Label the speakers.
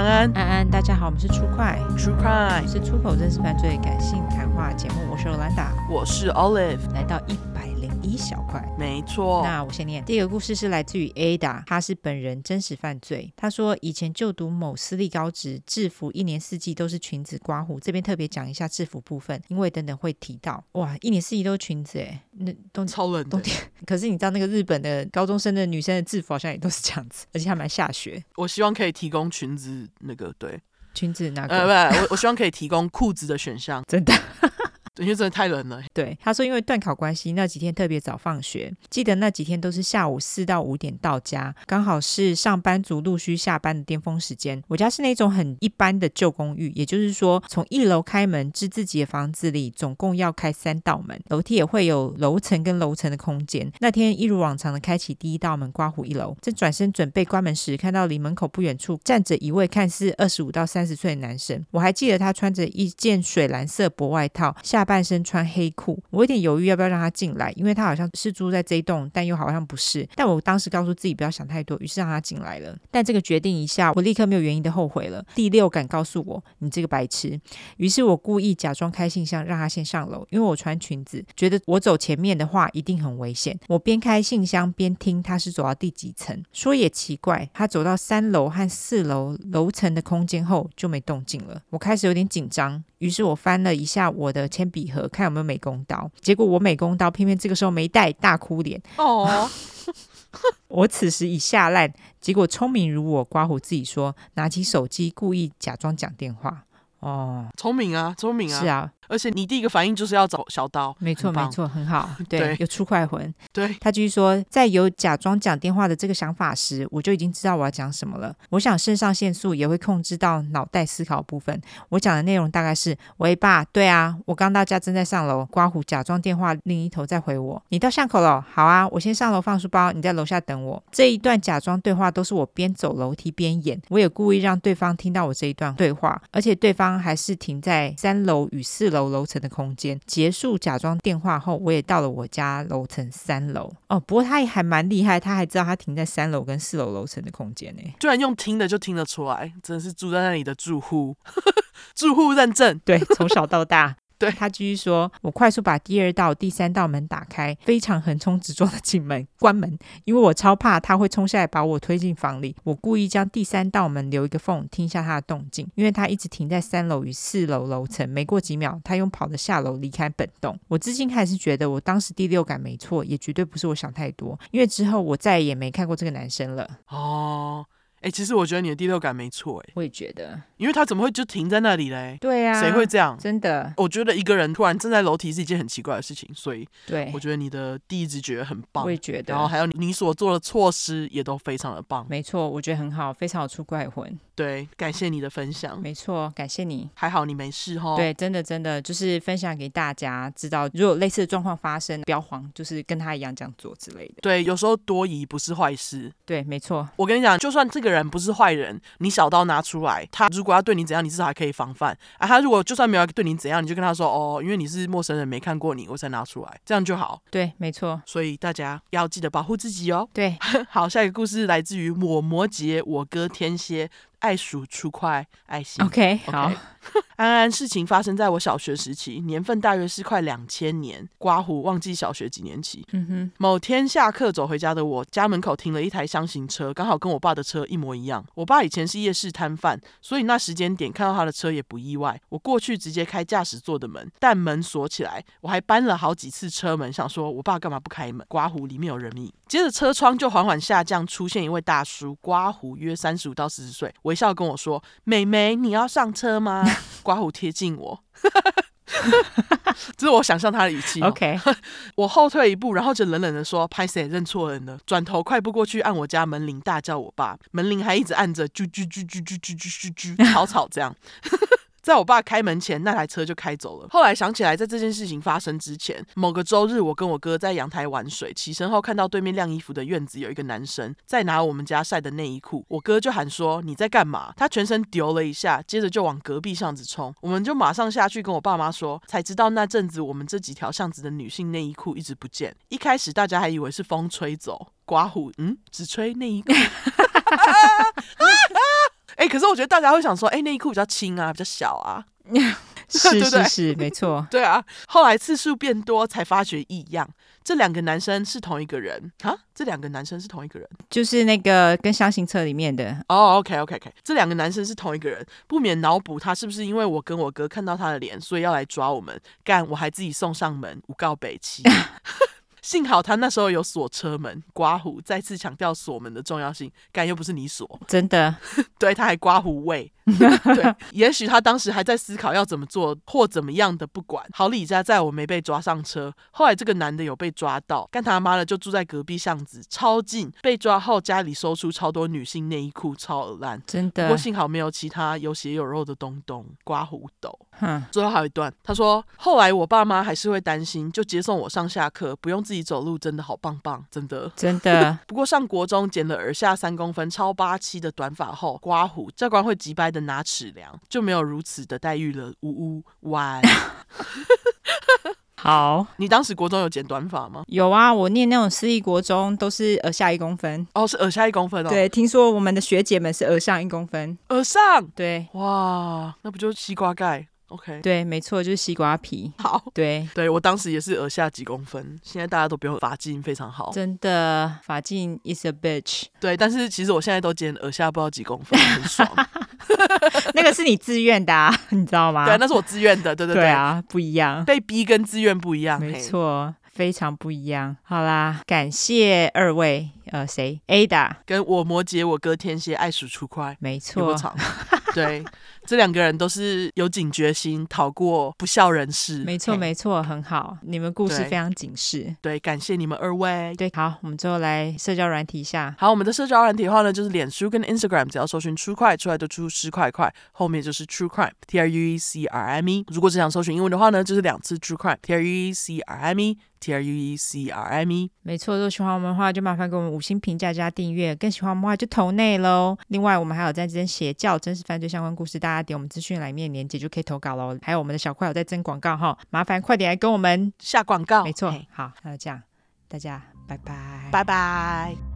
Speaker 1: 安，
Speaker 2: 安安，大家好，我们是出快
Speaker 1: True Crime，
Speaker 2: 是出口真实犯罪感性谈话节目，我是 Rolanda，
Speaker 1: 我是 Olive，
Speaker 2: 来到101小块。
Speaker 1: 没错。
Speaker 2: 那我先念第一个故事，是来自于 Ada， 他是本人真实犯罪。他说以前就读某私立高职，制服一年四季都是裙子刮胡，这边特别讲一下制服部分，因为等等会提到。哇，一年四季都是裙子耶，那
Speaker 1: 超冷的。
Speaker 2: 冬天可是你知道那个日本的高中生的女生的制服好像也都是这样子，而且还蛮下雪。
Speaker 1: 我希望可以提供裙子那个对
Speaker 2: 裙子哪个？
Speaker 1: 我希望可以提供裤子的选项。
Speaker 2: 真的
Speaker 1: 因为真的太冷了。
Speaker 2: 对，他说因为段考关系，那几天特别早放学，记得那几天都是下午4到5点到家，刚好是上班族陆续下班的巅峰时间。我家是那种很一般的旧公寓，也就是说从1楼开门至自己的房子里总共要开3道门，楼梯也会有楼层跟楼层的空间。那天一如往常的开启第1道门，刮胡1楼，正转身准备关门时，看到离门口不远处站着一位看似25到30岁的男生。我还记得他穿着一件水蓝色薄外套，下半身穿黑裤。我有点犹豫要不要让他进来，因为他好像是住在这一栋，但又好像不是。但我当时告诉自己不要想太多，于是让他进来了。但这个决定一下，我立刻没有原因的后悔了。第6感告诉我，你这个白痴。于是我故意假装开信箱，让他先上楼，因为我穿裙子，觉得我走前面的话一定很危险。我边开信箱边听他是走到第几层。说也奇怪，他走到3楼和4楼楼层的空间后就没动静了。我开始有点紧张，于是我翻了一下我的铅笔盒，看有没有美工刀。结果我美工刀偏偏这个时候没带，大哭脸。我此时已吓烂，结果聪明如我，刮胡自己说，拿起手机故意假装讲电话。
Speaker 1: 聪明啊，聪明啊。
Speaker 2: 是啊，
Speaker 1: 而且你第一个反应就是要找小刀。
Speaker 2: 没错没错，很好。对，有出快魂。
Speaker 1: 对，
Speaker 2: 他继续说，在有假装讲电话的这个想法时，我就已经知道我要讲什么了。我想肾上腺素也会控制到脑袋思考部分。我讲的内容大概是，喂爸，对啊，我刚到家正在上楼。刮胡假装电话另一头再回我，你到巷口了？好啊，我先上楼放书包，你在楼下等我。这一段假装对话都是我边走楼梯边演，我也故意让对方听到我这一段对话，而且对方还是停在3楼与4楼楼层的空间。结束假装电话后，我也到了我家楼层3楼。不过他也还蛮厉害，他还知道他停在3楼跟4楼楼层的空间呢。
Speaker 1: 居然用听的就听得出来，真的是住在那里的住户住户认证。
Speaker 2: 对，从小到大
Speaker 1: 对，
Speaker 2: 他继续说，我快速把第2道第3道门打开，非常横冲直撞的进门关门，因为我超怕他会冲下来把我推进房里。我故意将第3道门留一个缝，听一下他的动静，因为他一直停在3楼与4楼楼层。没过几秒，他又跑着下楼离开本栋。我至今还是觉得我当时第6感没错，也绝对不是我想太多，因为之后我再也没看过这个男生了。
Speaker 1: 其实我觉得你的第6感没错。
Speaker 2: 我也觉得，
Speaker 1: 因为他怎么会就停在那里嘞？
Speaker 2: 对啊，
Speaker 1: 谁会这样？
Speaker 2: 真的，
Speaker 1: 我觉得一个人突然站在楼梯是一件很奇怪的事情，所以
Speaker 2: 对，
Speaker 1: 我觉得你的第一直觉很棒。
Speaker 2: 我也觉得，
Speaker 1: 然后还有你所做的措施也都非常的棒。
Speaker 2: 没错，我觉得很好，非常有出怪魂。
Speaker 1: 对，感谢你的分享。
Speaker 2: 没错，感谢你。
Speaker 1: 还好你没事齁。
Speaker 2: 对，真的就是分享给大家知道，如果有类似的状况发生，不要慌，就是跟他一样这样做之类的。
Speaker 1: 对，有时候多疑不是坏事。
Speaker 2: 对，没错。
Speaker 1: 我跟你讲，就算这个人不是坏人，你小刀拿出来，他如果要对你怎样，你至少还可以防范啊。他如果就算没有要对你怎样，你就跟他说因为你是陌生人，没看过你，我才拿出来，这样就好。
Speaker 2: 对，没错。
Speaker 1: 所以大家要记得保护自己哦。
Speaker 2: 对，
Speaker 1: 好，下一个故事来自于我摩羯，我哥天蝎，爱数出快爱心。
Speaker 2: OK， 好。
Speaker 1: 安安，事情发生在我小学时期，年份大约是快2000年，刮胡忘记小学几年级。某天下课走回家的我，家门口停了一台箱型车，刚好跟我爸的车一模一样。我爸以前是夜市摊贩，所以那时间点看到他的车也不意外。我过去直接开驾驶座的门，但门锁起来，我还搬了好几次车门，想说我爸干嘛不开门，刮胡里面有人影。接着车窗就缓缓下降，出现一位大叔，刮胡约35到40岁，微笑跟我说：“妹妹，你要上车吗？”刮胡贴近我这是我想象他的语气。
Speaker 2: OK，
Speaker 1: 我后退一步，然后就冷冷的说：“拍谁认错人了。”转头快步过去按我家门铃，大叫我爸。门铃还一直按着，啾啾啾啾啾啾啾啾啾，吵吵这样。在我爸开门前，那台车就开走了。后来想起来，在这件事情发生之前，某个周日，我跟我哥在阳台玩水，起身后看到对面晾衣服的院子有一个男生在拿我们家晒的内衣裤。我哥就喊说：“你在干嘛？”他全身丢了一下，接着就往隔壁巷子冲。我们就马上下去跟我爸妈说，才知道那阵子我们这几条巷子的女性内衣裤一直不见。一开始大家还以为是风吹走，刮胡只吹内衣裤。 可是我觉得大家会想说，内衣裤比较轻啊，比较小啊。
Speaker 2: 是是是，没错。
Speaker 1: 对啊，后来次数变多才发觉异样，这两个男生是同一个人啊？这两个男生是同一个人，
Speaker 2: 就是那个跟箱型册里面的。
Speaker 1: OK， 这两个男生是同一个人，不免脑补他是不是因为我跟我哥看到他的脸，所以要来抓我们？干，我还自己送上门，诬告北七。幸好他那时候有锁车门，刮胡再次强调锁门的重要性。干，又不是你锁，
Speaker 2: 真的。
Speaker 1: 对，他还刮胡味。对，也许他当时还在思考要怎么做或怎么样的，不管。好李家在我没被抓上车，后来这个男的有被抓到，干他妈的就住在隔壁巷子，超近。被抓后家里搜出超多女性内衣裤，超恶烂，
Speaker 2: 真的。
Speaker 1: 不过幸好没有其他有血有肉的东东。刮胡斗。最后还有一段，他说后来我爸妈还是会担心，就接送我上下课，不用自己走路，真的好棒棒，真的
Speaker 2: 真的。
Speaker 1: 不过上国中剪了耳下3公分超87的短发后，刮胡教官会急掰的拿尺量，就没有如此的待遇了。呜呜哇。
Speaker 2: 好，
Speaker 1: 你当时国中有剪短发吗？
Speaker 2: 有啊，我念那种私立国中都是耳下1公分。
Speaker 1: 哦，是耳下1公分哦。
Speaker 2: 对，听说我们的学姐们是耳上1公分。
Speaker 1: 耳上？
Speaker 2: 对。
Speaker 1: 哇，那不就是西瓜盖？OK，
Speaker 2: 对，没错，就是西瓜皮。
Speaker 1: 好，
Speaker 2: 对，
Speaker 1: 我当时也是耳下几公分，现在大家都不用发髻，非常好。
Speaker 2: 真的，发髻 is a bitch。
Speaker 1: 对，但是其实我现在都剪耳下不知道几公分，很爽。
Speaker 2: 那个是你自愿的啊，你知道吗？
Speaker 1: 对，那是我自愿的。对对对。
Speaker 2: 对啊，不一样，
Speaker 1: 被逼跟自愿不一样。
Speaker 2: 没错，非常不一样。好啦，感谢二位，谁 ？Ada
Speaker 1: 跟我摩羯，我哥天蝎，爱数出快，
Speaker 2: 没错。
Speaker 1: 对，这两个人都是有警觉心，逃过不孝人士。
Speaker 2: 没错没错，很好，你们故事非常警示。
Speaker 1: 对，感谢你们2位。
Speaker 2: 对，好，我们最后来社交软体一下。
Speaker 1: 好，我们的社交软体的话呢，就是脸书跟 Instagram， 只要搜寻 True Crime 出来就出10块块，后面就是 True Crime TRUECRIME。如果只想搜寻英文的话呢，就是2次 True Crime TRUECRIME TRUECRIME。
Speaker 2: 没错，如果喜欢我们的话，就麻烦给我们5星评价加订阅。更喜欢我们的话，就投内咯。另外，我们还有在征邪教、真实犯罪相关故事，大家点我们资讯栏里面连结就可以投稿咯。还有我们的小块有在征广告哈，麻烦快点来跟我们
Speaker 1: 下广告。
Speaker 2: 没错，好，那就这样，大家拜拜，
Speaker 1: 拜拜。